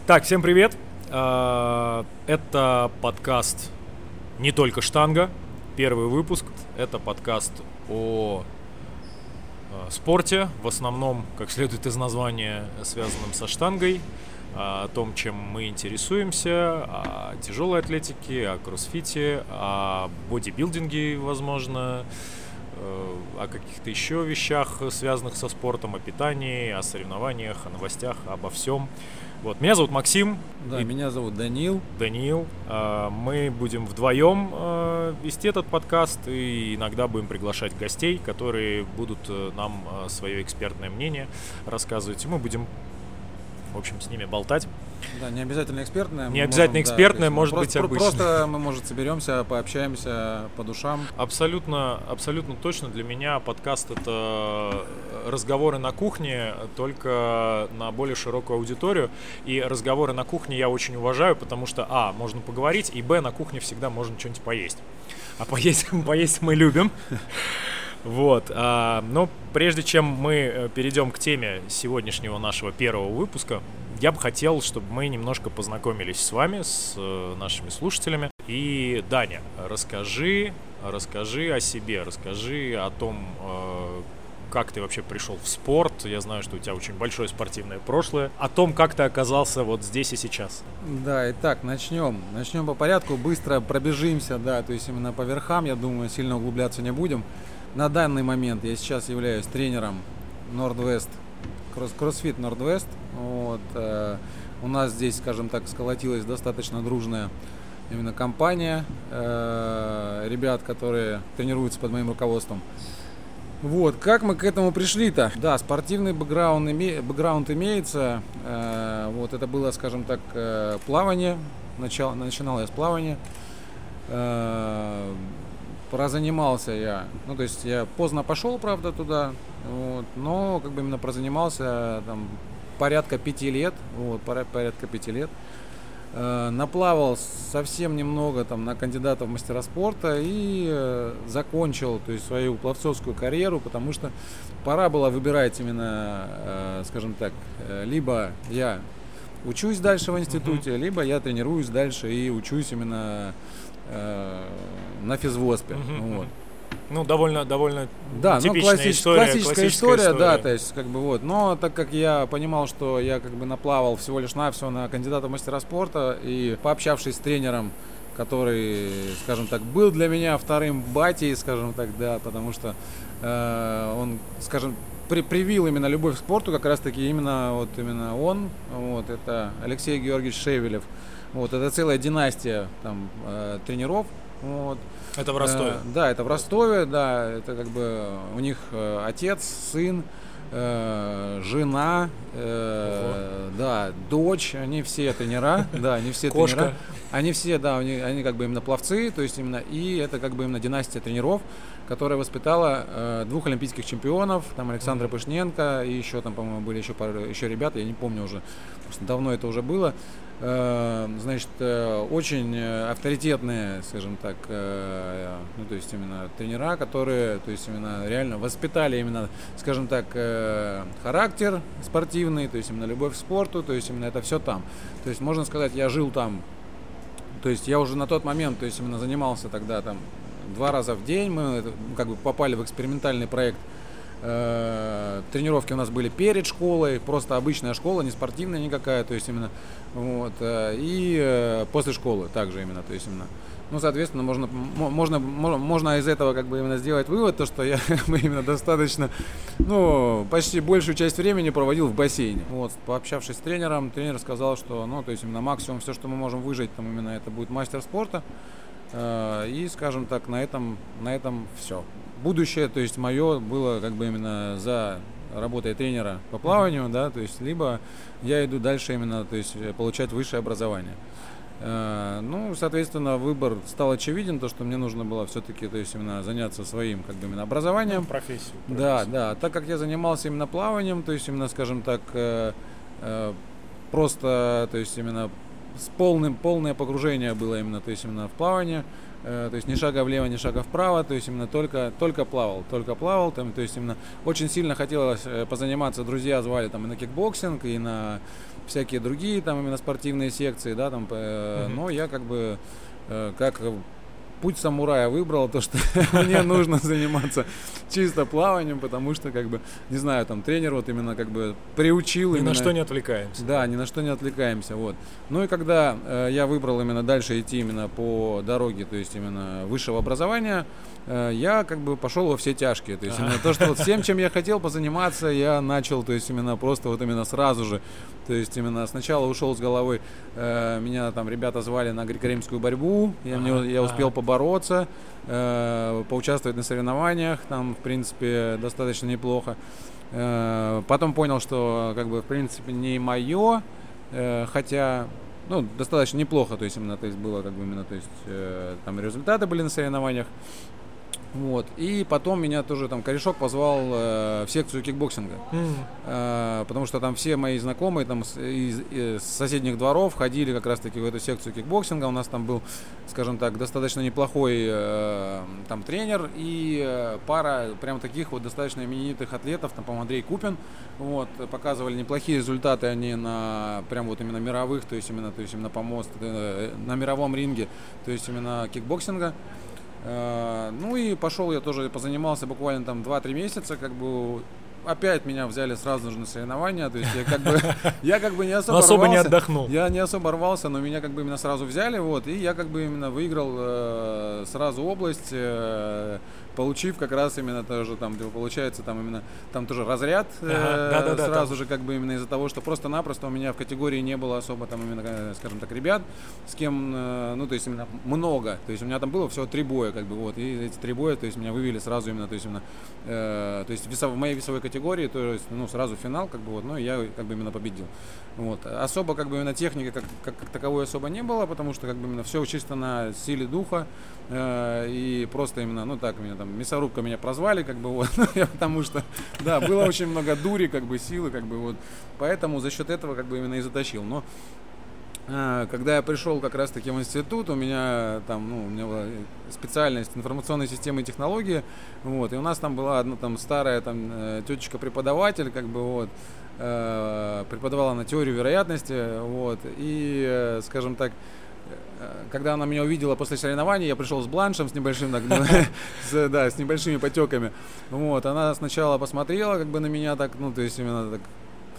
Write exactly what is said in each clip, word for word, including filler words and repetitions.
Так, всем привет. Это подкаст «Не только штанга», первый выпуск. Это подкаст о спорте, в основном, как следует из названия, связанном со штангой, о том, чем мы интересуемся, о тяжелой атлетике, о кроссфите, о бодибилдинге, возможно, о каких-то еще вещах, связанных со спортом, о питании, о соревнованиях, о новостях, обо всем. Вот. Меня зовут Максим. Да, и... меня зовут Даниил. Даниил. Мы будем вдвоем вести этот подкаст и иногда будем приглашать гостей, которые будут нам свое экспертное мнение рассказывать. И мы будем, в общем, с ними болтать. Да, не обязательно экспертное. Не обязательно можем, экспертное, да, может просто, быть обычное. Просто мы, может, соберемся, пообщаемся по душам. Абсолютно, абсолютно точно. Для меня подкаст — это разговоры на кухне, только на более широкую аудиторию. И разговоры на кухне я очень уважаю, потому что, а, можно поговорить, и, б, на кухне всегда можно что-нибудь поесть. А поесть, поесть мы любим. Вот, а, но прежде чем мы перейдем к теме сегодняшнего нашего первого выпуска, я бы хотел, чтобы мы немножко познакомились с вами, с э, нашими слушателями. И, Даня, расскажи, расскажи о себе, расскажи о том, э, как ты вообще пришел в спорт. Я знаю, что у тебя очень большое спортивное прошлое. О том, как ты оказался вот здесь и сейчас. Да, итак, начнем. Начнем по порядку, быстро пробежимся, да, то есть именно по верхам, я думаю, сильно углубляться не будем. На данный момент я сейчас являюсь тренером Nordwest, CrossFit Nordwest. Вот, э, у нас здесь, скажем так, сколотилась достаточно дружная именно компания э, ребят, которые тренируются под моим руководством. Вот, как мы к этому пришли-то? Да, спортивный бэкграунд, име, бэкграунд имеется. Э, вот, это было, скажем так, э, плавание. Начал, начинал я с плавания. Э, Прозанимался я, ну то есть я поздно пошел, правда, туда, вот, но как бы именно прозанимался там порядка пяти лет, вот, порядка пяти лет. Э, наплавал совсем немного там на кандидата в мастера спорта и э, закончил, то есть свою пловцовскую карьеру, потому что пора было выбирать именно, э, скажем так, э, либо я учусь дальше в институте, uh-huh. либо я тренируюсь дальше и учусь именно на физвоспе. Uh-huh. Вот. Ну, довольно, довольно да, типичная ну, классич, история. Классическая, классическая история, история, да, то есть, как бы вот. Но так как я понимал, что я как бы наплавал всего лишь навсего на кандидата в мастера спорта, и пообщавшись с тренером, который, скажем так, был для меня вторым батей, скажем так, да, потому что э, он, скажем, при, привил именно любовь к спорту, как раз таки именно вот именно он, вот, это Алексей Георгиевич Шевелев. Вот, это целая династия там э, тренеров. Вот. Это в Ростове? Э, да, это в Ростове, да, это как бы у них э, отец, сын, э, жена, э, да, дочь, они все тренера, да, они все тренера. Они все, да, они, они как бы именно пловцы, то есть именно, и это как бы именно династия тренеров, которая воспитала э, двух олимпийских чемпионов, там Александра Пышненко и еще там, по-моему, были еще пару, еще ребята, я не помню уже, потому что давно это уже было. Э, значит, э, очень авторитетные, скажем так, э, ну, то есть именно тренера, которые, то есть именно реально воспитали именно, скажем так, э, характер спортивный, то есть именно любовь к спорту, то есть именно это все там. То есть можно сказать, я жил там. То есть я уже на тот момент, то есть именно занимался тогда там два раза в день, мы как бы попали в экспериментальный проект. Э, тренировки у нас были перед школой, просто обычная школа, не спортивная никакая, то есть именно вот, э, и э, после школы также именно, то есть именно. Ну, соответственно, можно, можно, можно из этого как бы именно сделать вывод, то, что я именно достаточно, ну, почти большую часть времени проводил в бассейне. Вот, пообщавшись с тренером, тренер сказал, что, ну, то есть именно максимум все, что мы можем выжить, там именно это будет мастер спорта. Э, и, скажем так, на этом, на этом все. Будущее, то есть мое, было как бы именно за работой тренера по плаванию, да, то есть либо я иду дальше именно, то есть получать высшее образование. Ну, соответственно, выбор стал очевиден, то, что мне нужно было все-таки, то есть именно заняться своим, как бы именно образованием. Ну, профессию, профессию. Да, да. Так как я занимался именно плаванием, то есть именно, скажем так, э, э, просто, то есть именно с полным, полное погружение было именно, то есть именно в плавание. то есть ни шага влево, ни шага вправо, то есть именно только, только плавал, только плавал, там, то есть именно очень сильно хотелось позаниматься, друзья звали там и на кикбоксинг, и на всякие другие там именно спортивные секции, да, там, mm-hmm. но я как бы, как путь самурая выбрал, то, что мне нужно заниматься чисто плаванием, потому что, как бы, не знаю, там, тренер вот именно, как бы, приучил. Ни именно, на что не отвлекаемся. Да, ни на что не отвлекаемся, вот. Ну и когда э, я выбрал именно дальше идти именно по дороге, то есть именно высшего образования, э, я, как бы, пошел во все тяжкие, то есть именно то, что вот всем, чем я хотел позаниматься, я начал, то есть именно просто вот именно сразу же, то есть именно сначала ушел с головой, э, меня там ребята звали на греко-римскую борьбу, я, ага, мне, я успел ага. побороться, э, поучаствовать на соревнованиях, там, в принципе, достаточно неплохо. Э, потом понял, что, как бы, в принципе, не мое, э, хотя, ну, достаточно неплохо, то есть именно, то есть было, как бы, именно, то есть, э, там результаты были на соревнованиях. Вот. И потом меня тоже там корешок позвал э, в секцию кикбоксинга, mm. э, потому что там все мои знакомые там с, из, из соседних дворов ходили как раз-таки в эту секцию кикбоксинга. У нас там был, скажем так, достаточно неплохой э, там тренер и э, пара прям таких вот достаточно именитых атлетов, там, по-моему, Андрей Купин, вот, показывали неплохие результаты они на прям вот именно мировых, то есть именно, то есть именно помост э, на мировом ринге, то есть именно кикбоксинга. Uh, ну и пошел я тоже, позанимался буквально там два-три месяца, как бы опять меня взяли сразу же на соревнования, то есть я как бы, я как бы не особо, особо рвался, не отдохнул. Я не особо рвался, но меня как бы именно сразу взяли, вот, и я как бы именно выиграл э, сразу область, э, получив как раз именно тоже там, получается там именно, там тоже разряд э, ага, да, да, да, сразу там же как бы именно из-за того, что просто-напросто у меня в категории не было особо там именно, скажем так, ребят, с кем, э, ну, то есть именно много, то есть у меня там было всего три боя, как бы, вот, и эти три боя, то есть меня вывели сразу именно, то есть именно, э, то есть весов, в моей весовой категории, то есть, ну, сразу финал, как бы, вот, ну, и я как бы именно победил, вот, особо, как бы, именно техники как, как, как таковой особо не было, потому что, как бы, именно все чисто на силе духа, э, и просто именно, ну, так, меня там, мясорубка меня прозвали, как бы, вот, потому что, да, было очень много дури, как бы, силы, как бы, вот, поэтому за счет этого, как бы, именно и затащил, но когда я пришел как раз-таки в институт, у меня там, ну, у меня была специальность информационной системы и технологии, вот, и у нас там была одна там старая там тетечка-преподаватель, как бы, вот, преподавала на теорию вероятности, вот, и, скажем так, когда она меня увидела после соревнований, я пришел с бланшем, с небольшим, так, с, да, с небольшими потеками, вот, она сначала посмотрела, как бы, на меня так, ну, то есть именно так,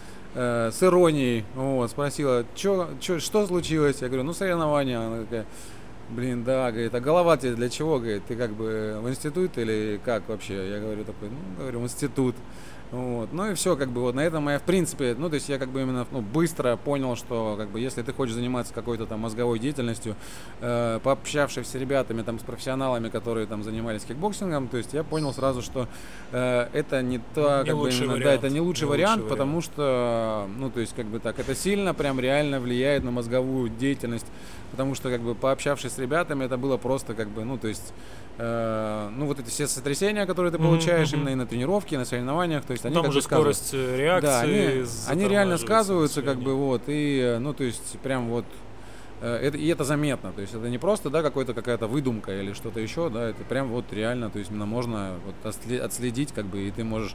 с иронией, вот, спросила, чё, чё, что случилось? Я говорю, ну, соревнования. Она такая, блин, да, говорит, а голова тебе для чего? Говорит, ты как бы в институт или как вообще? Я говорю, такой, ну, говорю, в институт. Вот. Ну и все, как бы, вот на этом я, в принципе, ну, то есть я как бы именно, ну, быстро понял, что, как бы, если ты хочешь заниматься какой-то там мозговой деятельностью, э, пообщавшись с ребятами, там, с профессионалами, которые там занимались кикбоксингом, то есть я понял сразу, что э, это не то, не как бы, именно, вариант. да, это не лучший не вариант, лучший потому вариант. что, ну, то есть, как бы так, это сильно прям реально влияет на мозговую деятельность, потому что, как бы, пообщавшись с ребятами, это было просто, как бы, ну, то есть, э, ну, вот эти все сотрясения, которые ты получаешь mm-hmm. именно и на тренировке, и на соревнованиях, то есть, они, там как уже бы, сказываются. Скорость реакции. Да, они, они реально сказываются, как бы, вот, и, ну, то есть, прям вот, это, и это заметно, то есть, это не просто, да, какой-то, какая-то выдумка или что-то еще, да, это прям вот реально, то есть, именно можно вот отследить, как бы, и ты можешь,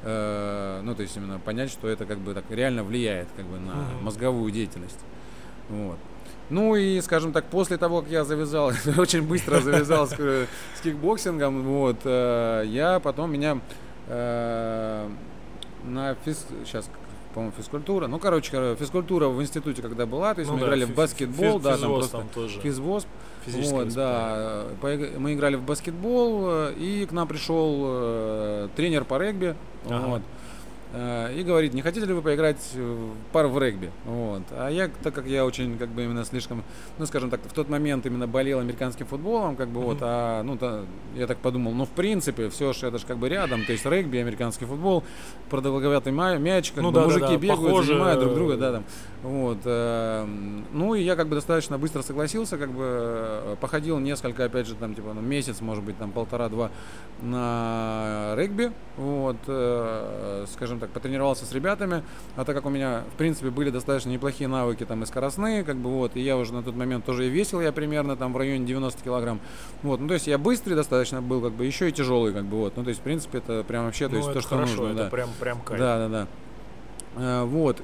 э, ну, то есть, именно понять, что это, как бы, так реально влияет, как бы, на mm-hmm. мозговую деятельность, вот. Ну и, скажем так, после того, как я завязал, очень быстро завязал с, с кикбоксингом, вот, э, я потом меня э, на физ... сейчас, по-моему, физкультура, ну, короче, физкультура в институте, когда была, то есть ну, мы да, играли физ... в баскетбол, физ... да, там просто там тоже. Физвоз, вот, да, мы играли в баскетбол, и к нам пришел э, тренер по регби, ага. вот. И говорит, не хотите ли вы поиграть в пар в регби? Вот. А я, так как я очень, как бы, именно слишком, ну, скажем так, в тот момент именно болел американским футболом, как бы, mm-hmm. вот, а, ну, то, я так подумал, ну, в принципе, все же это же как бы рядом, то есть регби, американский футбол, продолговатый мяч, как ну, бы, да, мужики да, да. бегают, Похоже... занимают друг друга, да, там, вот. Ну, и я, как бы, достаточно быстро согласился, как бы, походил несколько, опять же, там, типа, ну, месяц, может быть, там, полтора-два на регби, вот, скажем скажем так, потренировался с ребятами, а так как у меня, в принципе, были достаточно неплохие навыки там и скоростные, как бы вот, и я уже на тот момент тоже и весил я примерно там в районе девяносто килограмм, вот, ну, то есть я быстрый достаточно был, как бы, еще и тяжелый, как бы, вот, ну, то есть, в принципе, это прям вообще, то ну, есть, это то, что хорошо, нужно, это да. прям, прям кайф. Да, да, да. Вот,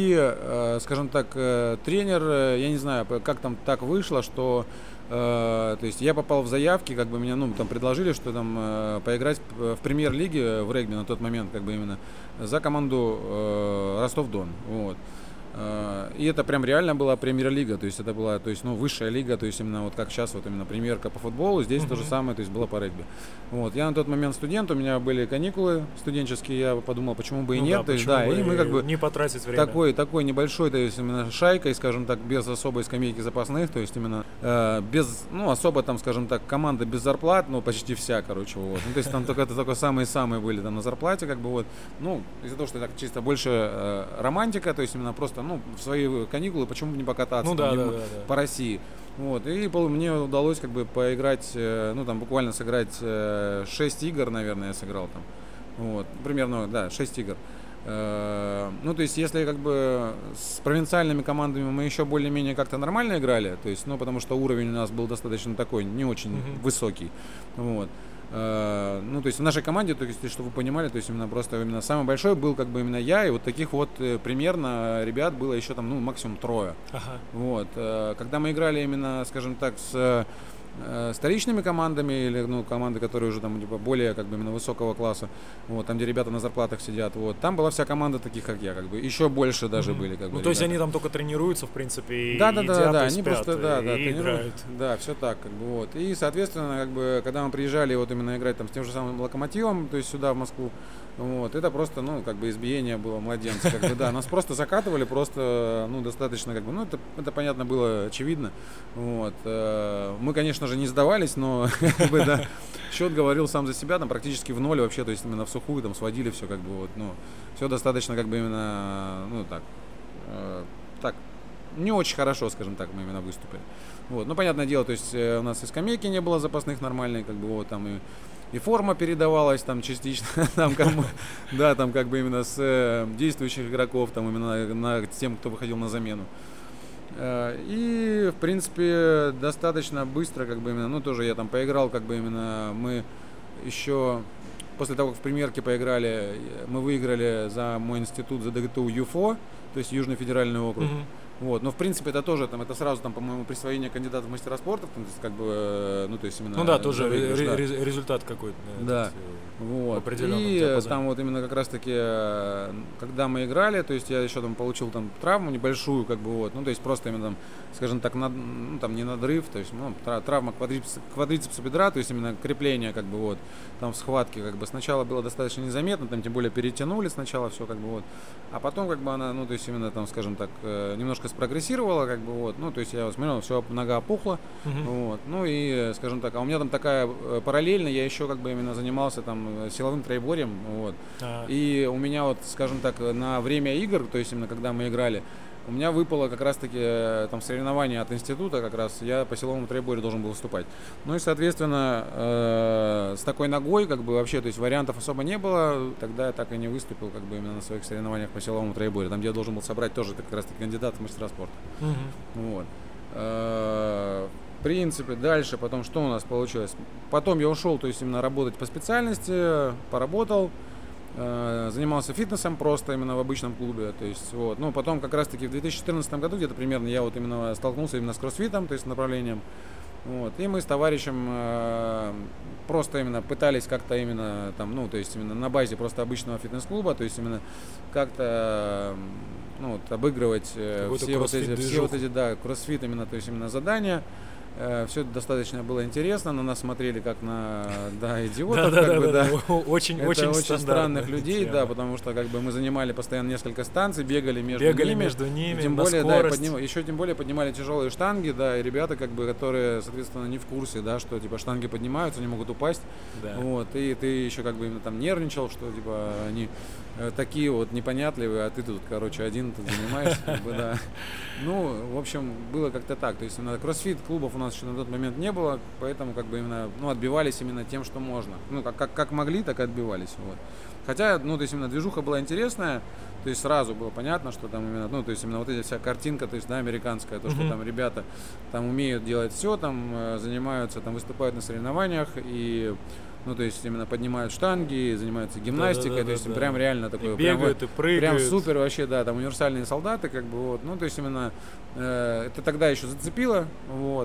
и, скажем так, тренер, я не знаю, как там так вышло, что, то есть я попал в заявки, как бы меня, ну, там предложили, что там поиграть в премьер-лиге в регби на тот момент, как бы именно, за команду Ростов-Дон, вот. И это прям реально была премьер-лига, то есть это была, то есть, ну, высшая лига, то есть именно вот как сейчас вот именно премьерка по футболу, здесь mm-hmm. то же самое, то есть было по регби. Вот, я на тот момент студент, у меня были каникулы студенческие, я подумал, почему бы и ну нет, да, то есть, да, и мы как бы не потратить время. Такой, такой небольшой, то есть именно шайкой, скажем так, без особой скамейки запасных, то есть именно э, без, ну, особо там, скажем так, команда без зарплат, ну, почти вся, короче, вот. Ну, то есть там только это только самые-самые были там на зарплате, как бы вот, ну, из-за того, что так чисто больше э, романтика, то есть именно просто, ну, в свои каникулы, почему бы не покататься, ну, там, да, не, да, да, по да. России. Вот, и мне удалось как бы поиграть, э, ну, там, буквально сыграть э, шесть игр, наверное, я сыграл там. Вот, примерно, да, шесть игр. Э, ну, то есть, если как бы с провинциальными командами мы еще более-менее как-то нормально играли, то есть, ну, потому что уровень у нас был достаточно такой, не очень mm-hmm. высокий, вот. Э, ну, то есть, в нашей команде, то есть, чтобы вы понимали, то есть, именно просто именно самый большой был как бы именно я, и вот таких вот э, примерно ребят было еще там, ну, максимум трое. Ага. Вот. Э, когда мы играли именно, скажем так, с столичными командами или, ну, команды, которые уже там типа более как бы именно высокого класса, вот, там, где ребята на зарплатах сидят, вот, там была вся команда таких, как я, как бы, еще больше даже mm-hmm. были, как бы. Ну, то есть они там только тренируются, в принципе, и да, да, едят, да, да, и они спят, просто, да, и да, играют. Да, все так, как бы, вот. И, соответственно, как бы, когда мы приезжали вот именно играть там с тем же самым Локомотивом, то есть сюда, в Москву, вот, это просто, ну, как бы избиение было младенца, как бы, да, нас просто закатывали, просто, ну, достаточно, как бы, ну, это, это понятно было, очевидно, вот. Мы, конечно же, не сдавались, но, как бы, да, счет говорил сам за себя, там, практически в ноль вообще, то есть именно в сухую, там, сводили все, как бы, вот, ну, все достаточно, как бы, именно, ну, так, так, не очень хорошо, скажем так, мы именно выступили, вот, ну, понятное дело, то есть у нас и скамейки не было запасных нормальной, как бы, вот, там, и И форма передавалась там частично, там, как бы, да, там как бы именно с э, действующих игроков, там именно на тем, кто выходил на замену. Э, и, в принципе, достаточно быстро, как бы именно, ну, тоже я там поиграл, как бы именно, мы еще, после того, как в премьерке поиграли, мы выиграли за мой институт, за ДГТУ ЮФО, то есть Южный федеральный округ. Mm-hmm. Вот, но в принципе это тоже там, это сразу там, по-моему, присвоение кандидата в мастера спорта, там, то есть, как бы, ну, то есть именно. Ну да, тоже выигрыш, ре- да. Ре- результат какой-то. Да. Этот, вот. И там вот именно как раз-таки, когда мы играли, то есть я еще там получил там травму небольшую, как бы вот, ну, то есть просто именно там, скажем так, над, ну, там не надрыв, то есть, ну, травма квадрицепса, квадрицепса бедра, то есть именно крепление, как бы вот, там в схватке, как бы сначала было достаточно незаметно, там тем более перетянули сначала все, как бы вот, а потом как бы она, ну, то есть именно там, скажем так, немножко спрогрессировала, как бы вот, ну, то есть я смотрел, все, нога опухла, uh-huh. вот, ну и, скажем так, а у меня там такая, параллельно я еще как бы именно занимался там силовым троеборьем, вот, uh-huh. и у меня вот, скажем так, на время игр, то есть именно когда мы играли, у меня выпало как раз-таки там соревнование от института, как раз я по силовому троеборью должен был выступать. Ну и, соответственно, э, с такой ногой, как бы вообще, то есть вариантов особо не было. Тогда я так и не выступил, как бы именно на своих соревнованиях по силовому троеборью. Там, где я должен был собрать тоже как раз-таки кандидат в мастера спорта. Mm-hmm. Вот. Э, в принципе, дальше, потом что у нас получилось? Потом я ушел, то есть именно работать по специальности, поработал. Занимался фитнесом просто именно в обычном клубе, то есть вот, ну потом как раз таки в две тысячи четырнадцатом году где-то примерно я вот именно столкнулся именно с кроссфитом, то есть направлением, вот, и мы с товарищем э, просто именно пытались как-то именно там, ну то есть именно на базе просто обычного фитнес-клуба, то есть именно как-то ну вот, обыгрывать э, все вот эти, все вот эти, да, кроссфит именно, то есть именно задания. Все это достаточно было интересно, на нас смотрели как на, да, идиотов, да, как да, бы, да, да. очень, это очень, очень странных людей, тема. Да, потому что как бы мы занимали постоянно несколько станций, бегали между бегали ними, между ними, тем на более, да, подним, скорость. еще тем более поднимали тяжелые штанги, да, и ребята как бы, которые, соответственно, не в курсе, да, что типа штанги поднимаются, они могут упасть, да. Вот, и ты еще как бы именно там нервничал, что типа они такие вот непонятливые, а ты тут, короче, один тут занимаешься, как бы, да. Ну, в общем, было как-то так. То есть именно кроссфит-клубов у нас еще на тот момент не было, поэтому как бы именно, ну, отбивались именно тем, что можно. Ну, как, как, как могли, так и отбивались. Вот. Хотя, ну, то есть именно движуха была интересная, то есть сразу было понятно, что там именно, ну, то есть именно вот эта вся картинка, то есть, да, американская, то, что Mm-hmm. там ребята там умеют делать все, там занимаются, там выступают на соревнованиях и, ну, то есть именно поднимают штанги, занимаются гимнастикой, Да-да-да-да-да. то есть прям реально такое, и бегают, прям, и прыгают. прям супер вообще, да, там универсальные солдаты, как бы, вот, ну, то есть именно э, это тогда еще зацепило, вот.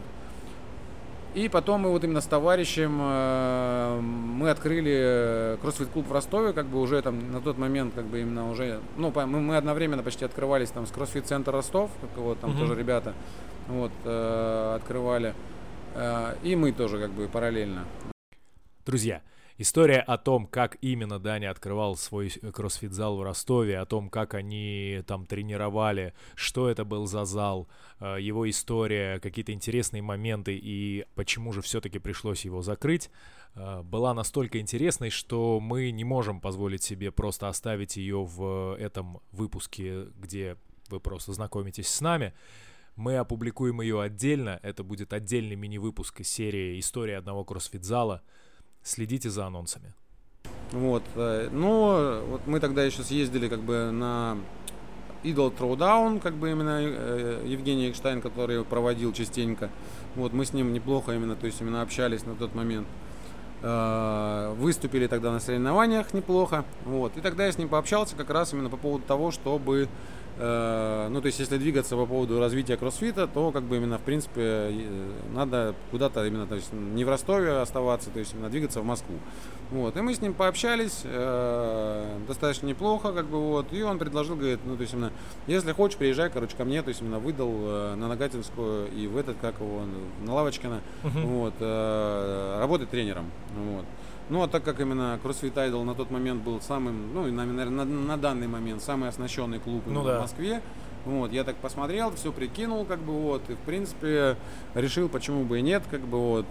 И потом мы вот именно с товарищем э, мы открыли кроссфит-клуб в Ростове, как бы уже там на тот момент, как бы именно уже, ну, мы, мы одновременно почти открывались там с кроссфит-центра Ростов, как вот там mm-hmm. тоже ребята, вот, э, открывали, э, и мы тоже как бы параллельно. Друзья, история о том, как именно Даня открывал свой кроссфит-зал в Ростове, о том, как они там тренировали, что это был за зал, его история, какие-то интересные моменты и почему же все-таки пришлось его закрыть, была настолько интересной, что мы не можем позволить себе просто оставить ее в этом выпуске, где вы просто знакомитесь с нами. Мы опубликуем ее отдельно, это будет отдельный мини-выпуск из серии «История одного кроссфит-зала». Следите за анонсами. Вот, ну, вот мы тогда еще съездили как бы на Idol Throwdown, как бы именно Евгений Экштайн, который проводил частенько. Вот, мы с ним неплохо именно, то есть именно общались на тот момент. Выступили тогда на соревнованиях неплохо. Вот, и тогда я с ним пообщался как раз именно по поводу того, чтобы ну, то есть, если двигаться по поводу развития кроссфита, то, как бы, именно, в принципе, надо куда-то именно, то есть, не в Ростове оставаться, то есть, именно двигаться в Москву. Вот, и мы с ним пообщались, э, достаточно неплохо, как бы, вот, и он предложил, говорит, ну, то есть, именно, если хочешь, приезжай, короче, ко мне, то есть, именно, выдал э, на Нагатинскую и в этот, как его, на Лавочкина, uh-huh. вот, э, работать тренером, вот. Ну, а так как именно CrossFit Idol на тот момент был самым, ну, наверное, на, на данный момент самый оснащенный клуб ну, да. в Москве, вот, я так посмотрел, все прикинул, как бы, вот, и, в принципе, решил, почему бы и нет, как бы, вот,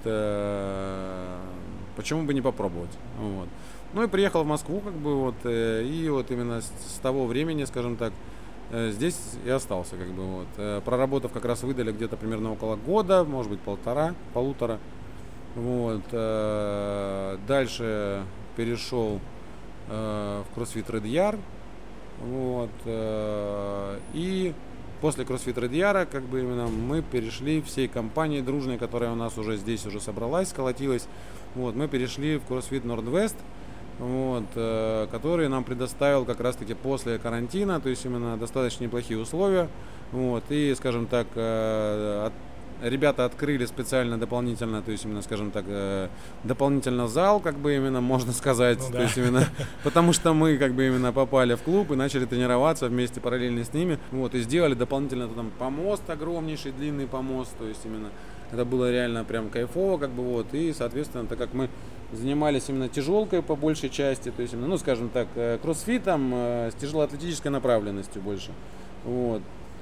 э, почему бы не попробовать, вот. Ну, и приехал в Москву, как бы, вот, э, и вот именно с, с того времени, скажем так, э, здесь и остался, как бы, вот. Э, проработав, как раз выдали где-то примерно около года, может быть, полтора, полутора. Вот, э, дальше перешел э, в CrossFit Red Yard, вот, э, и после CrossFit Red Yard, как бы именно мы перешли всей компанией дружной, которая у нас уже здесь уже собралась, сколотилась, вот, мы перешли в CrossFit Northwest, вот, э, который нам предоставил как раз-таки после карантина, то есть именно достаточно неплохие условия, вот, и, скажем так, э, от ребята открыли специально дополнительно, то есть именно, скажем так, э, дополнительно зал, как бы именно можно сказать, ну, то да. есть именно, потому что мы как бы именно попали в клуб и начали тренироваться вместе параллельно с ними, вот, и сделали дополнительно там помост огромнейший, длинный помост, то есть именно это было реально прям кайфово, как бы вот, и соответственно, так как мы занимались именно тяжелкой по большей части, то есть именно, ну, скажем так, кроссфитом э, с тяжелоатлетической направленностью больше, вот.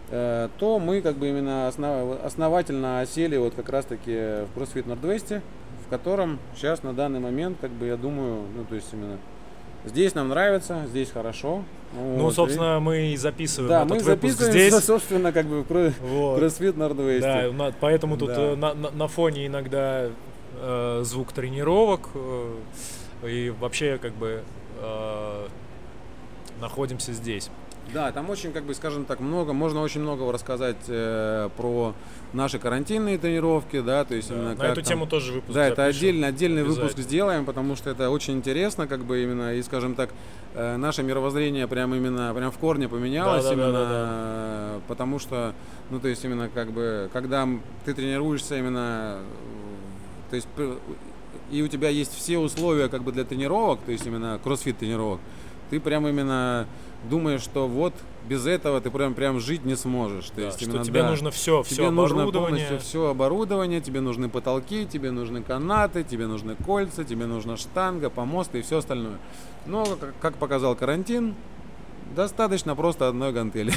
То мы как бы именно основ, основательно осели вот как раз таки в CrossFit Northwest, в котором сейчас на данный момент, как бы я думаю, ну то есть именно здесь нам нравится, здесь хорошо. Ну, вот, собственно, и... мы и записываем да, этот мы выпуск записываем, здесь. собственно, как бы в вот. CrossFit Northwest. Да, поэтому тут да. на, на, на фоне иногда э, звук тренировок э, и вообще как бы э, находимся здесь. Да, там очень, как бы, скажем так, много, можно очень многого рассказать э, про наши карантинные тренировки, да, то есть да, именно на как эту там, тему тоже выпуск да, запишем. это отдельный, отдельный выпуск сделаем, потому что это очень интересно, как бы именно, и, скажем так, э, наше мировоззрение прям именно, прям в корне поменялось, да, да, именно, да, да, да. потому что, ну, то есть именно, как бы, когда ты тренируешься именно, то есть, и у тебя есть все условия, как бы, для тренировок, то есть именно кроссфит тренировок, ты прям именно думаешь, что вот без этого ты прям прям жить не сможешь. То да, есть что именно, тебе да, нужно все, тебе все нужно оборудование. полностью все оборудование, тебе нужны потолки, тебе нужны канаты, тебе нужны кольца, тебе нужна штанга, помосты и все остальное. Но, как, как показал карантин, достаточно просто одной гантели.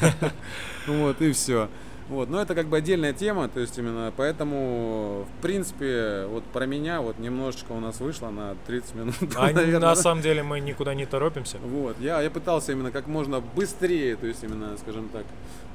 Вот и все. Вот, но это как бы отдельная тема, то есть именно поэтому, в принципе, вот про меня вот немножечко у нас вышло на тридцать минут. А на самом деле мы никуда не торопимся. Вот, я, я пытался именно как можно быстрее, то есть именно, скажем так,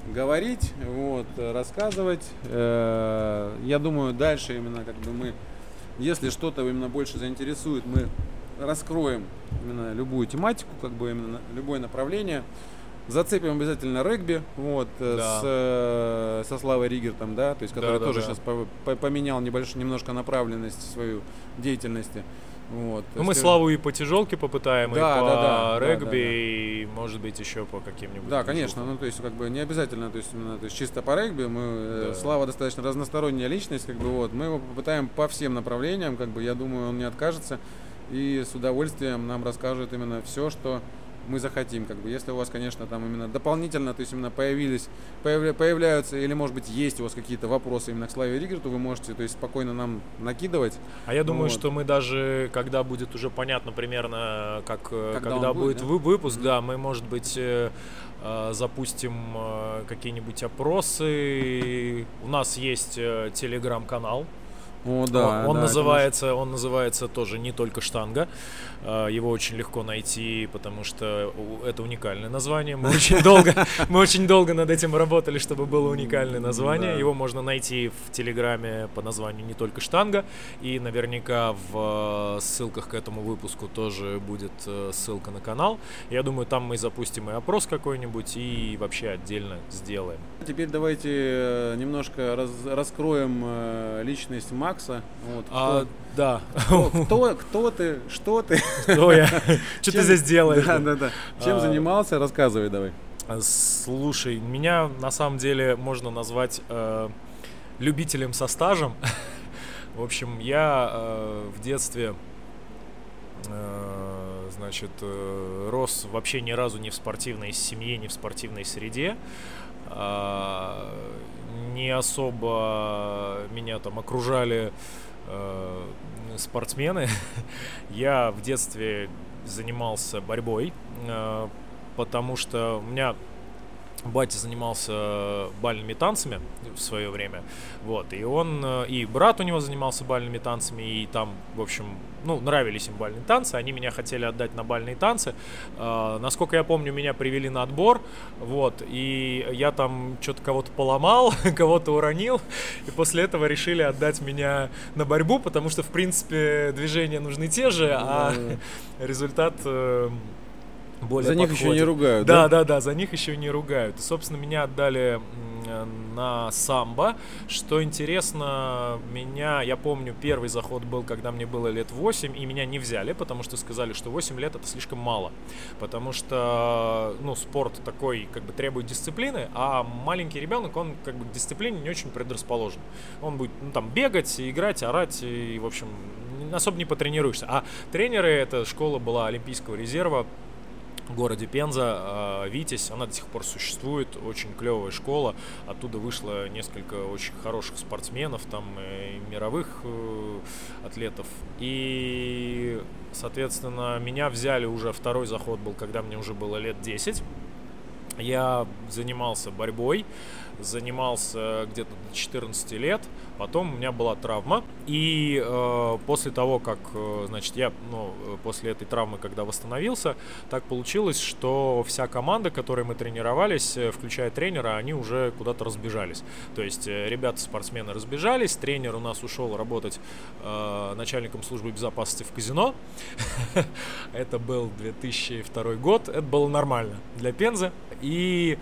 говорить, вот, рассказывать. Я думаю, дальше именно как бы мы, если что-то именно больше заинтересует, мы раскроем именно любую тематику, как бы именно любое направление. Зацепим обязательно регби, вот, да. с, со Славой Ригертом, да, то есть, который да, тоже да, сейчас да. по, по, поменял небольшую, немножко направленность свою деятельности. Вот. Ну, мы Славу и по тяжелке попытаем, да, и по да, да, регби, да, да, да. и, может быть, еще по каким-нибудь. Да, конечно, ну, то есть, как бы не обязательно, то есть, именно, то есть, чисто по регби. Мы, да. Слава достаточно разносторонняя личность, как бы, вот, мы его попытаем по всем направлениям, как бы, я думаю, он не откажется и с удовольствием нам расскажет именно все, что мы захотим, как бы, если у вас, конечно, там именно дополнительно, то есть именно появились, появля, появляются, или, может быть, есть у вас какие-то вопросы именно к Славе Ригерту, вы можете, то есть, спокойно нам накидывать. А я думаю, вот. что мы даже, когда будет уже понятно примерно, как, когда, когда будет, будет да? выпуск, mm-hmm. да, мы, может быть, запустим какие-нибудь опросы. У нас есть телеграм-канал. О, да, он, да, называется, он называется тоже «Не только штанга». Его очень легко найти, потому что это уникальное название. Мы очень долго, мы очень долго над этим работали, чтобы было уникальное название. Да. Его можно найти в Телеграме по названию «Не только штанга». И наверняка в ссылках к этому выпуску тоже будет ссылка на канал. Я думаю, там мы запустим и опрос какой-нибудь, и вообще отдельно сделаем. Теперь давайте немножко раз, раскроем личность Макса. Вот, а, кто, да. Кто, кто, кто ты, что ты? Кто я? Что ты здесь делаешь? Да, да, да. Чем занимался? Рассказывай давай. Слушай, меня на самом деле можно назвать э, любителем со стажем. В общем, я э, в детстве, э, значит, э, рос вообще ни разу не в спортивной семье, не в спортивной среде. Э, не особо меня там окружали э, спортсмены. Я в детстве занимался борьбой, э, потому что у меня батя занимался бальными танцами в свое время, вот, и он, и брат у него занимался бальными танцами, и там, в общем, ну, нравились им бальные танцы, они меня хотели отдать на бальные танцы, э, насколько я помню, меня привели на отбор, вот, и я там что-то кого-то поломал, кого-то уронил, и после этого решили отдать меня на борьбу, потому что, в принципе, движения нужны те же, а результат... Э, более за них подходит. еще не ругают, да? Да, да, да, за них еще не ругают. И, собственно, меня отдали на самбо. Что интересно, меня, я помню, первый заход был, когда мне было лет восемь, и меня не взяли, потому что сказали, что восемь лет это слишком мало. Потому что, ну, спорт такой, как бы, требует дисциплины, а маленький ребенок, он, как бы, к дисциплине не очень предрасположен. Он будет, ну, там, бегать, играть, орать, и, в общем, особо не потренируешься. А тренеры, эта школа была Олимпийского резерва, в городе Пенза, Витязь, она до сих пор существует, очень клевая школа, оттуда вышло несколько очень хороших спортсменов, там и мировых э, атлетов, и, соответственно, меня взяли уже, второй заход был, когда мне уже было лет десять, я занимался борьбой, занимался где-то до четырнадцати лет, потом у меня была травма, и э, после того, как, э, значит, я, ну, после этой травмы, когда восстановился, так получилось, что вся команда, которой мы тренировались, включая тренера, они уже куда-то разбежались. То есть э, ребята-спортсмены разбежались, тренер у нас ушел работать э, начальником службы безопасности в казино. Это был две тысячи второй год, это было нормально для Пензы, и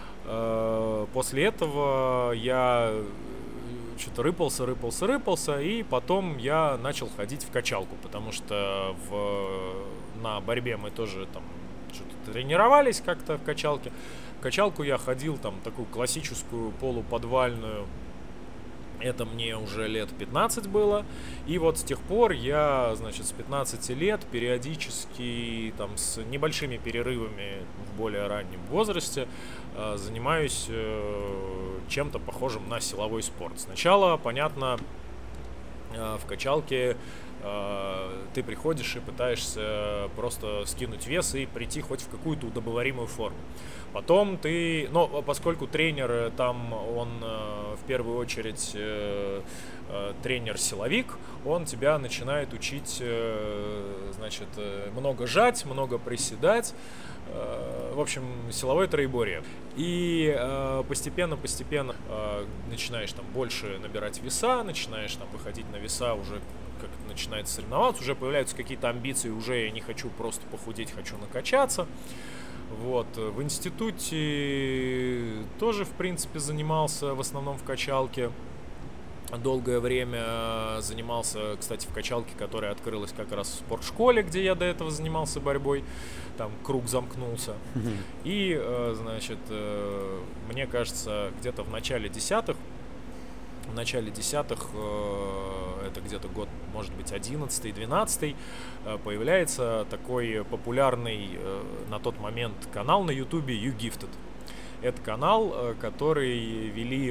после этого я что-то рыпался, рыпался, рыпался, и потом я начал ходить в качалку, потому что в, на борьбе мы тоже там что-то тренировались как-то в качалке. В качалку я ходил там такую классическую полуподвальную. Это мне уже лет пятнадцать было, и вот с тех пор я, значит, с пятнадцати лет периодически, там, с небольшими перерывами в более раннем возрасте э, занимаюсь э, чем-то похожим на силовой спорт. Сначала, понятно, э, в качалке э, ты приходишь и пытаешься просто скинуть вес и прийти хоть в какую-то удобоваримую форму. Потом ты, ну, поскольку тренер там, он э, в первую очередь тренер-силовик, он тебя начинает учить, значит, много жать, много приседать, в общем, силовое троеборье. И постепенно-постепенно начинаешь там больше набирать веса, начинаешь там выходить на веса уже, как начинается соревноваться, уже появляются какие-то амбиции, уже я не хочу просто похудеть, хочу накачаться. Вот. В институте тоже, в принципе, занимался в основном в качалке. Долгое время занимался, кстати, в качалке, которая открылась как раз в спортшколе, где я до этого занимался борьбой. Там круг замкнулся. И, значит, мне кажется, где-то в начале десятых, в начале десятых, это где-то год, может быть, одиннадцатый, двенадцатый, появляется такой популярный на тот момент канал на ютубе You Gifted. Это канал, который вели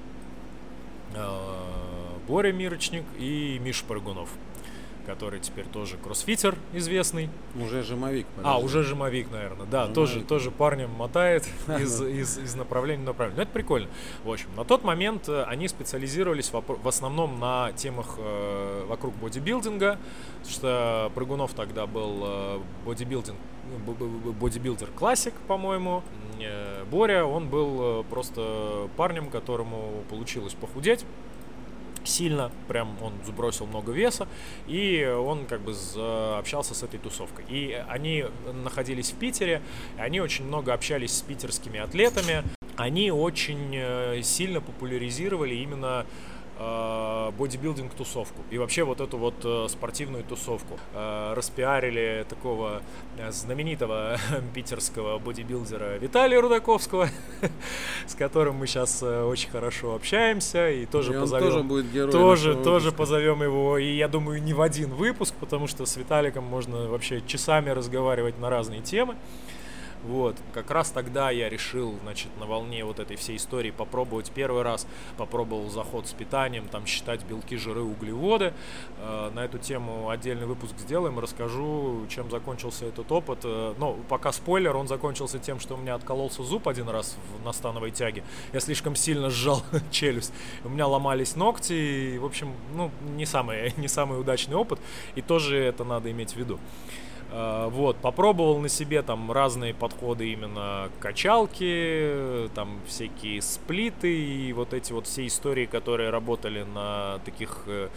Боря Мирочник и Миша Прыгунов, который теперь тоже кроссфитер известный. Уже жимовик. Подожди. А, уже жимовик, наверное, да, тоже, тоже парнем мотает из, из, из направления в направление. Но это прикольно. В общем, на тот момент они специализировались в, в основном на темах э, вокруг бодибилдинга, потому что Прыгунов тогда был э, бодибилдинг, бодибилдер классик, по-моему. Боря, он был просто парнем, которому получилось похудеть сильно, прям он сбросил много веса, и он как бы общался с этой тусовкой. И они находились в Питере, они очень много общались с питерскими атлетами, они очень сильно популяризировали именно бодибилдинг-тусовку и вообще вот эту вот спортивную тусовку. Распиарили такого знаменитого питерского бодибилдера Виталия Рудаковского, с которым мы сейчас очень хорошо общаемся, и тоже и позовем, тоже будет герой тоже, тоже позовем его, и я думаю, не в один выпуск, потому что с Виталиком можно вообще часами разговаривать на разные темы. Вот, как раз тогда я решил, значит, на волне вот этой всей истории попробовать первый раз, попробовал заход с питанием, там считать белки, жиры, углеводы. Э, на эту тему отдельный выпуск сделаем, расскажу, чем закончился этот опыт. Э, но пока спойлер, он закончился тем, что у меня откололся зуб один раз в, на становой тяге. Я слишком сильно сжал челюсть, у меня ломались ногти, и, в общем, ну, не самый, не самый удачный опыт, и тоже это надо иметь в виду. Вот, попробовал на себе там разные подходы именно к качалке, там всякие сплиты и вот эти вот все истории, которые работали на таких э,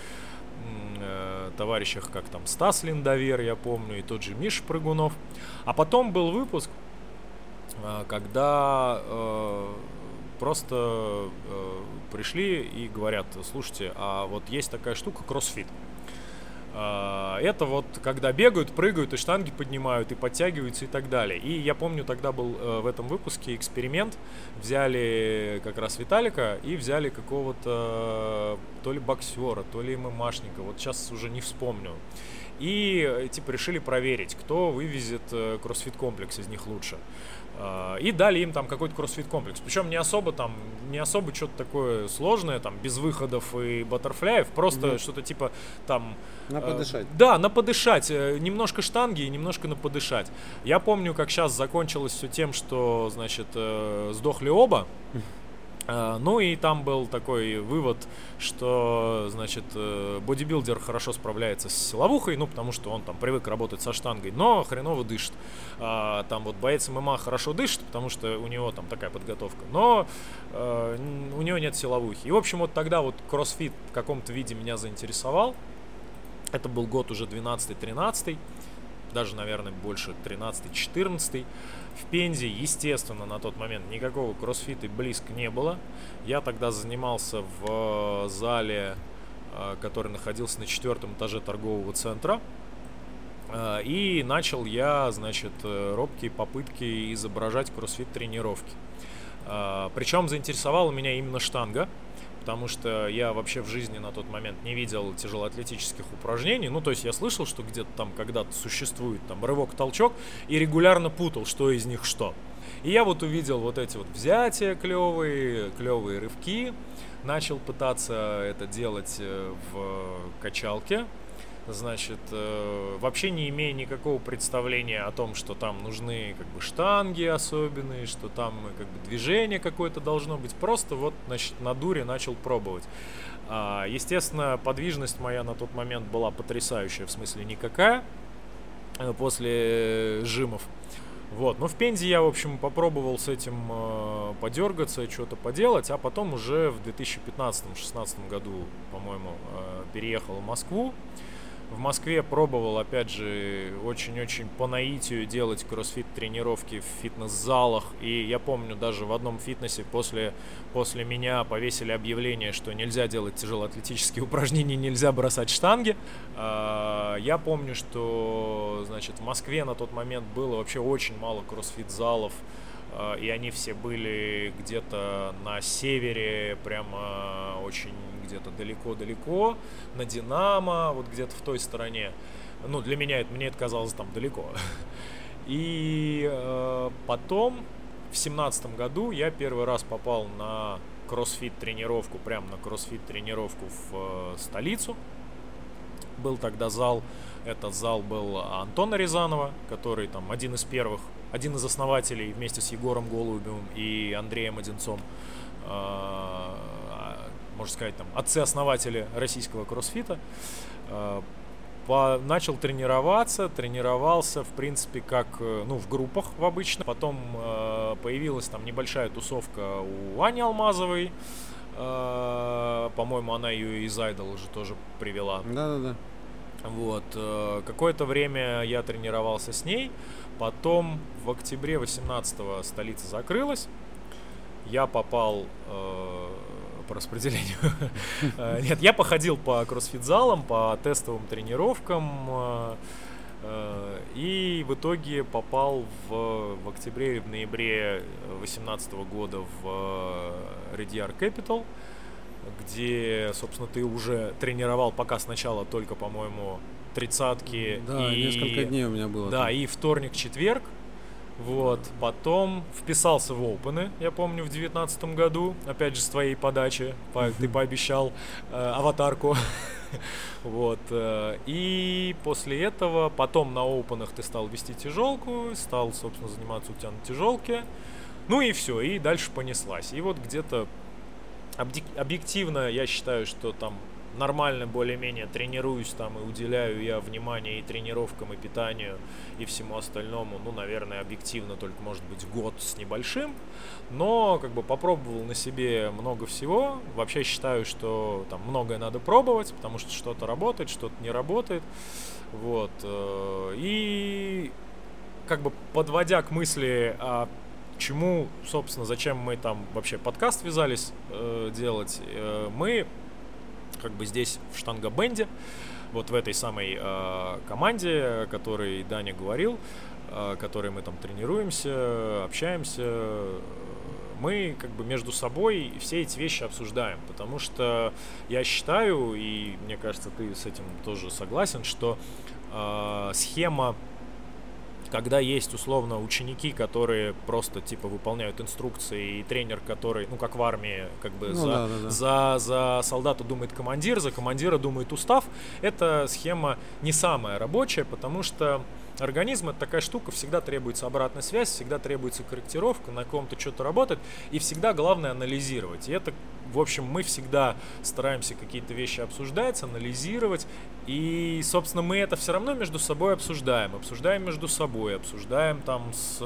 э, товарищах, как там Стас Линдовер, я помню, и тот же Миша Прыгунов. А потом был выпуск, э, когда э, просто э, пришли и говорят: слушайте, а вот есть такая штука кроссфит. Это вот когда бегают, прыгают и штанги поднимают, и подтягиваются и так далее. И я помню, тогда был в этом выпуске эксперимент. Взяли как раз Виталика и взяли какого-то то ли боксера, то ли ММАшника. Вот сейчас уже не вспомню. И типа решили проверить, кто вывезет кроссфит-комплекс из них лучше. И дали им там какой-то кроссфит-комплекс. Причем не особо там, не особо что-то такое сложное, там, без выходов и баттерфляев, просто mm-hmm. что-то типа там... На подышать. Э, да, на подышать. Немножко штанги и немножко на подышать. Я помню, как сейчас закончилось все тем, что, значит, э, сдохли оба. Ну и там был такой вывод, что, значит, бодибилдер хорошо справляется с силовухой, ну, потому что он там привык работать со штангой, но хреново дышит. А, там вот боец ММА хорошо дышит, потому что у него там такая подготовка, но а, у него нет силовухи. И, в общем, вот тогда вот кроссфит в каком-то виде меня заинтересовал. Это был год уже двенадцатый-тринадцатый, даже, наверное, больше тринадцатый-четырнадцатый. В Пензе, естественно, на тот момент никакого кроссфита близко не было. Я тогда занимался в зале, который находился на четвертом этаже торгового центра. И начал я, значит, робкие попытки изображать кроссфит-тренировки. Причем заинтересовала меня именно штанга, потому что я вообще в жизни на тот момент не видел тяжелоатлетических упражнений. Ну, то есть я слышал, что где-то там когда-то существует там рывок-толчок, и регулярно путал, что из них что. И я вот увидел вот эти вот взятия клевые, клевые рывки, начал пытаться это делать в качалке. значит, э, вообще не имея никакого представления о том, что там нужны как бы штанги особенные, что там как бы движение какое-то должно быть, просто вот, значит, на дуре начал пробовать. А, естественно, подвижность моя на тот момент была потрясающая, в смысле никакая, после жимов. Вот, но в Пензе я, в общем, попробовал с этим э, подергаться, что-то поделать, а потом уже в две тысячи пятнадцатом-шестнадцатом году, по-моему, э, переехал в Москву. В Москве пробовал, опять же, очень-очень по наитию делать кроссфит-тренировки в фитнес-залах. И я помню, даже в одном фитнесе после, после меня повесили объявление, что нельзя делать тяжелоатлетические упражнения, нельзя бросать штанги. Я помню, что, значит, в Москве на тот момент было вообще очень мало кроссфит-залов. И они все были где-то на севере, прямо очень где-то далеко-далеко, на Динамо, вот где-то в той стороне. Ну, для меня это, мне это казалось там далеко. И э, потом, в семнадцатом году, я первый раз попал на кроссфит-тренировку, прям на кроссфит-тренировку в э, столицу. Был тогда зал, этот зал был Антона Рязанова, который там один из первых, один из основателей вместе с Егором Голубевым и Андреем Одинцом, э, можно сказать, там, отцы-основатели российского кроссфита. Э, по, начал тренироваться, тренировался, в принципе, как, ну, в группах в обычно. Потом э, появилась там небольшая тусовка у Ани Алмазовой. Uh, по-моему, она ее из Idol уже тоже привела. Да-да-да. Вот. Uh, какое-то время я тренировался с ней. Потом в октябре восемнадцатого столица закрылась. Я попал uh, по распределению. uh, нет, я походил по кроссфит-залам, по тестовым тренировкам. Uh, Uh, и в итоге попал в, в октябре или в ноябре две тысячи восемнадцатого года в uh, Redyar Capital, где, собственно, ты уже тренировал пока сначала только, по-моему, тридцатки. Да, и, несколько дней у меня было. Да, там. и вторник-четверг. Вот, потом вписался в Опены, я помню, в девятнадцатом году, опять же, с твоей подачи, по, ты пообещал э, аватарку. Вот, э, и после этого, потом на Опенах ты стал вести тяжелку, стал, собственно, заниматься у тебя на тяжелке, ну и все, и дальше понеслась. И вот где-то объективно я считаю, что там нормально более-менее тренируюсь там и уделяю я внимание и тренировкам, и питанию, и всему остальному, ну, наверное, объективно только, может быть, год с небольшим, но как бы попробовал на себе много всего. Вообще считаю, что там многое надо пробовать, потому что что-то работает, что-то не работает, вот, и как бы подводя к мысли о чему, собственно, зачем мы там вообще подкаст ввязались э, делать, э, мы как бы здесь в Штангабенде, вот в этой самой э, команде, о которой Даня говорил, э, которой мы там тренируемся, общаемся, мы как бы между собой все эти вещи обсуждаем, потому что я считаю, и мне кажется, ты с этим тоже согласен, что э, схема, когда есть, условно, ученики, которые просто, типа, выполняют инструкции, и тренер, который, ну, как в армии, как бы, ну, за, да, да, да. За, за солдата думает командир, за командира думает устав, эта схема не самая рабочая, потому что организм — это такая штука, всегда требуется обратная связь, всегда требуется корректировка, на ком-то что-то работает, и всегда главное анализировать. И это, в общем, мы всегда стараемся какие-то вещи обсуждать, анализировать, и, собственно, мы это все равно между собой обсуждаем, обсуждаем между собой, обсуждаем там с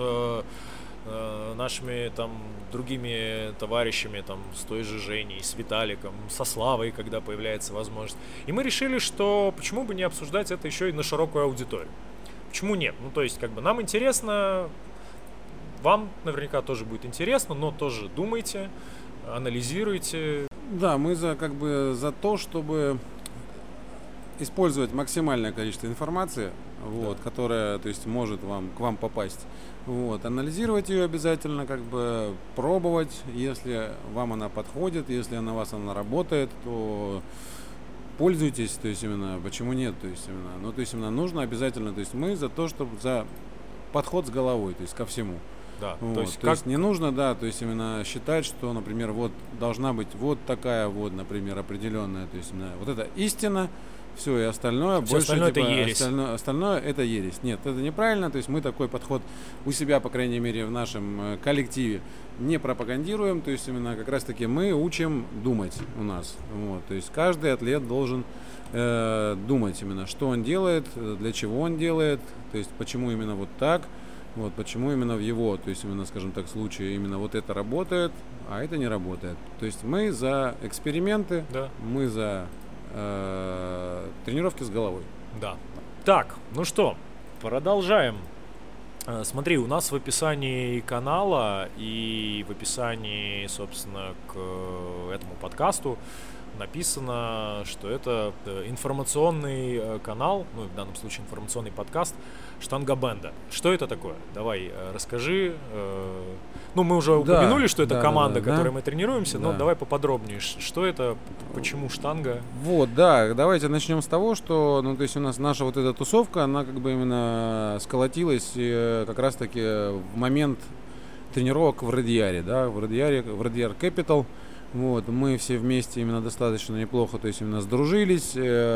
э, нашими там другими товарищами, там, с той же Женей, с Виталиком, со Славой, когда появляется возможность. И мы решили, что почему бы не обсуждать это еще и на широкую аудиторию. Почему нет? Ну, то есть, как бы нам интересно, вам наверняка тоже будет интересно, но тоже думайте, анализируйте. Да, мы за, как бы, за то, чтобы использовать максимальное количество информации, вот, да. которая, то есть, может вам, к вам попасть. Вот, анализировать ее обязательно, как бы пробовать, если вам она подходит, если на вас она работает, то пользуйтесь, то есть именно, почему нет, то есть именно, ну, то есть именно нужно обязательно, то есть мы за то, чтобы за подход с головой, то есть ко всему. Да, вот, то есть, то как... есть не нужно, да, то есть именно считать, что, например, вот должна быть вот такая вот, например, определенная, то есть именно вот эта истина, все, и остальное Все больше остальное типа, это ересь. Остальное, остальное это ересь. Нет, это неправильно. То есть мы такой подход у себя, по крайней мере, в нашем э, коллективе не пропагандируем. То есть именно как раз таки мы учим думать у нас. Вот. То есть каждый атлет должен э, думать именно, что он делает, для чего он делает, то есть почему именно вот так. Вот почему именно в его, то есть именно, скажем так, случае именно вот это работает, а это не работает. То есть мы за эксперименты, да. мы за э, тренировки с головой. Да. Так, ну что, продолжаем. Смотри, у нас в описании канала и в описании, собственно, к этому подкасту написано, что это информационный канал, ну, в данном случае информационный подкаст «Штанга Бенда». Что это такое? Давай расскажи. Ну, мы уже упомянули, да, что это да, команда, да, да, которой да. мы тренируемся, да. но давай поподробнее. Что это, почему штанга? Вот, да, давайте начнем с того, что, ну, то есть у нас наша вот эта тусовка, она как бы именно сколотилась как раз-таки в момент тренировок в Радиаре, да, в Радиаре, в Радиар Capital. Вот, мы все вместе именно достаточно неплохо, то есть именно сдружились.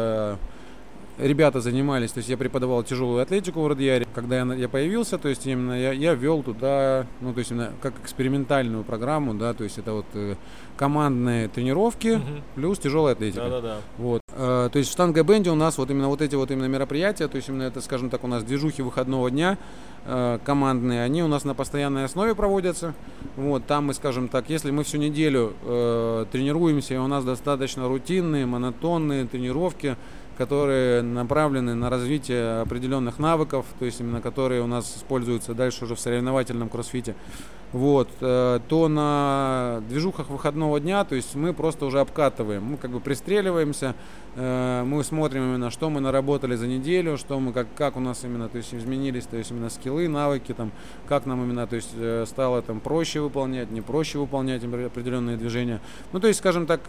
Ребята занимались, то есть я преподавал тяжелую атлетику в Радиаре. Когда я, я появился, то есть именно я, я вел туда, ну, то есть именно как экспериментальную программу, да, то есть это вот э, командные тренировки uh-huh. плюс тяжелая атлетика. Да-да-да. Вот, э, то есть в Штанга Бенде у нас вот именно вот эти вот именно мероприятия, то есть именно это, скажем так, у нас движухи выходного дня э, командные, они у нас на постоянной основе проводятся. Вот, там мы, скажем так, если мы всю неделю э, тренируемся, и у нас достаточно рутинные, монотонные тренировки, которые направлены на развитие определенных навыков, то есть именно которые у нас используются дальше уже в соревновательном кроссфите, вот, то на движухах выходного дня, то есть мы просто уже обкатываем, мы как бы пристреливаемся, мы смотрим именно, что мы наработали за неделю, что мы, как, как у нас именно, то есть изменились, то есть именно скиллы, навыки, там, как нам именно, то есть стало там проще выполнять, не проще выполнять определенные движения. Ну, то есть, скажем так,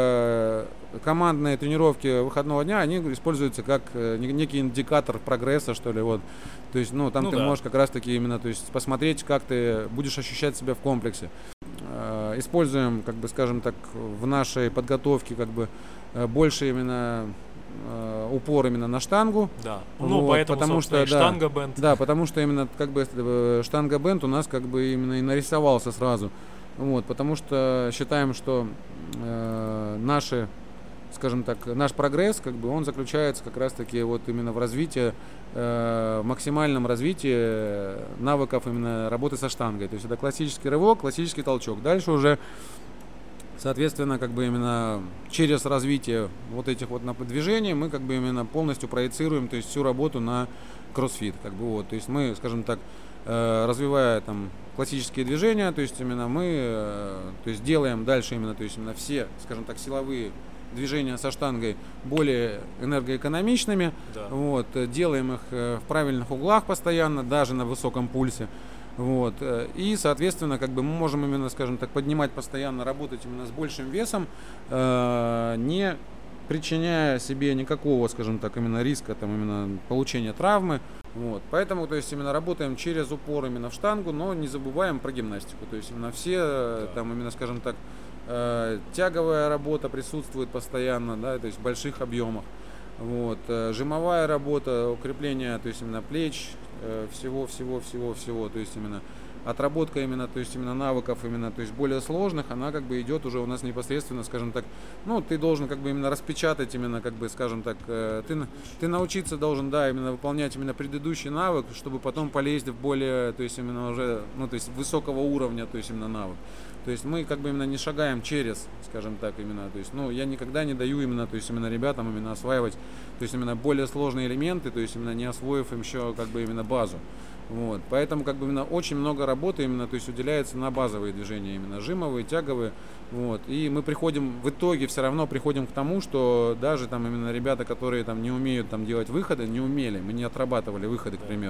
командные тренировки выходного дня, они используются как некий индикатор прогресса, что ли, вот. То есть, ну, там ну, ты да. можешь как раз-таки именно, то есть, посмотреть, как ты будешь ощущать себя в комплексе. Используем, как бы, скажем так, в нашей подготовке, как бы, больше именно э, упор именно на штангу. Да. Ну, вот, поэтому, потому что, штанга бенд. Да, потому что именно как бы штанга бенд у нас как бы именно и нарисовался сразу. Вот, потому что считаем, что э, наши, скажем так, наш прогресс, как бы, он заключается как раз-таки вот именно в развитии, э, максимальном развитии навыков именно работы со штангой. То есть это классический рывок, классический толчок. Дальше уже, соответственно, как бы именно через развитие вот этих вот движений мы как бы именно полностью проецируем, то есть всю работу на кроссфит, как бы вот. То есть мы, скажем так, э, развивая там классические движения, то есть именно мы, э, то есть делаем дальше именно, то есть именно все, скажем так, силовые движения со штангой более энергоэкономичными, да. вот, делаем их в правильных углах постоянно, даже на высоком пульсе. Вот. И, соответственно, как бы мы можем именно, скажем так, поднимать постоянно, работать именно с большим весом, э, не причиняя себе никакого, скажем так, именно риска там, именно получения травмы. Вот. Поэтому, то есть, именно работаем через упор именно в штангу, но не забываем про гимнастику. То есть, именно все, да. там, именно, скажем так, э, тяговая работа присутствует постоянно, да, то есть в больших объемах. Вот. Жимовая работа, укрепление, то есть именно плеч, всего, всего, всего, всего, то есть именно отработка именно, то есть именно навыков именно, то есть более сложных, она как бы идет уже у нас непосредственно, скажем так, ну, ты должен как бы именно распечатать именно, как бы, скажем так, ты, ты научиться должен, да, именно выполнять именно предыдущий навык, чтобы потом полезть в более, то есть именно уже, ну, то есть высокого уровня, то есть именно навык. То есть мы как бы именно не шагаем через, скажем так, именно, то есть, ну, я никогда не даю именно, то есть именно ребятам именно осваивать, то есть именно более сложные элементы, то есть именно не освоив им еще как бы именно базу. Вот, поэтому как бы именно очень много работы именно, то есть уделяется на базовые движения, именно жимовые, тяговые, вот, и мы приходим, в итоге все равно приходим к тому, что даже там именно ребята, которые там не умеют там делать выходы, не умели, мы не отрабатывали выходы, к примеру,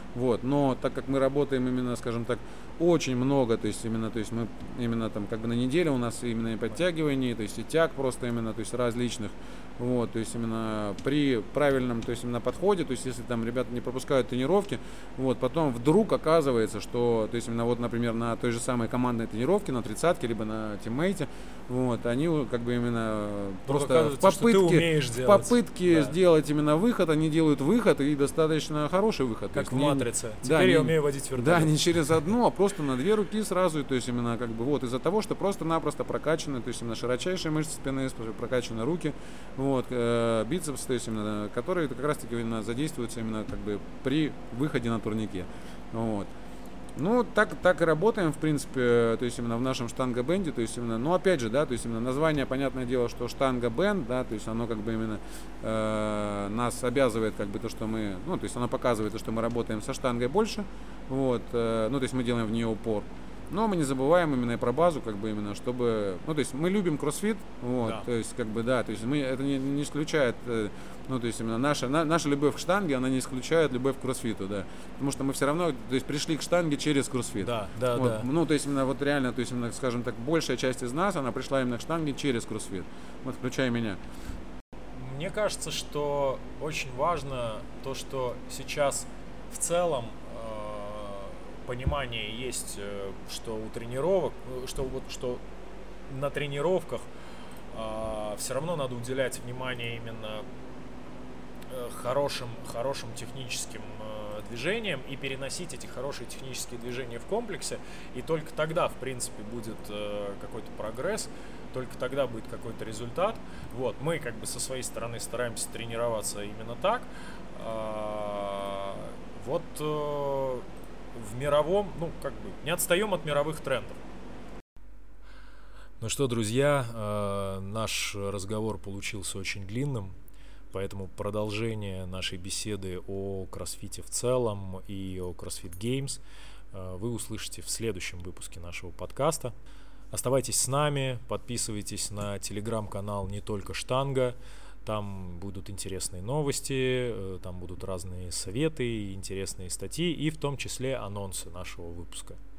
Вот, но так как мы работаем именно, скажем так, очень много, то есть именно, то есть мы именно там как бы на неделю у нас именно и подтягиваний, то есть и тяг просто именно, то есть различных, вот, то есть именно при правильном, то есть именно подходе, то есть если там ребята не пропускают тренировки, вот, потом вдруг оказывается, что, то есть именно вот, например, на той же самой командной тренировке, на тридцатке, либо на тиммейте, вот, они как бы именно ну, просто в попытке, в попытке да. сделать именно выход, они делают выход и достаточно хороший выход. Как в не, матрице. Да, Теперь не, я умею водить вертолет. Да, не через одну, а просто на две руки сразу, то есть именно как бы вот из-за того, что просто-напросто прокачаны, то есть именно широчайшие мышцы спины, прокачаны руки, вот, э, бицепс, то есть именно, которые как раз-таки именно задействуются именно как бы при выходе на турнике, вот. Ну, так, так и работаем, в принципе, то есть именно в нашем штанга-бенде, то есть именно, ну, опять же, да, то есть именно название, понятное дело, что штанга-бенд, да, то есть оно как бы именно э, нас обязывает, как бы то, что мы, ну, то есть оно показывает то, что мы работаем со штангой больше, вот, э, ну, то есть мы делаем в нее упор. Но мы не забываем именно и про базу, как бы именно, чтобы, ну, то есть мы любим кроссфит, вот, да. то есть, как бы, да, то есть мы, это не, не исключает, ну, то есть именно наша, на, наша любовь к штанге, она не исключает любовь к кроссфиту, да, потому что мы все равно, то есть пришли к штанге через кроссфит. Да, да, вот, да. Ну, то есть именно вот реально, то есть именно, скажем так, большая часть из нас, она пришла именно к штанге через кроссфит, вот, включая меня. Мне кажется, что очень важно то, что сейчас в целом понимание есть, что у тренировок, что вот что на тренировках э, все равно надо уделять внимание именно хорошим, хорошим техническим э, движениям и переносить эти хорошие технические движения в комплексе, и только тогда, в принципе, будет э, какой-то прогресс, только тогда будет какой-то результат. Вот, мы как бы со своей стороны стараемся тренироваться именно так. Э, вот э, в мировом, ну, как бы, не отстаем от мировых трендов. Ну что, друзья, э, наш разговор получился очень длинным, поэтому продолжение нашей беседы о кроссфите в целом и о CrossFit Games э, вы услышите в следующем выпуске нашего подкаста. Оставайтесь с нами, подписывайтесь на телеграм-канал «Не только штанга». Там будут интересные новости, там будут разные советы, интересные статьи и в том числе анонсы нашего выпуска.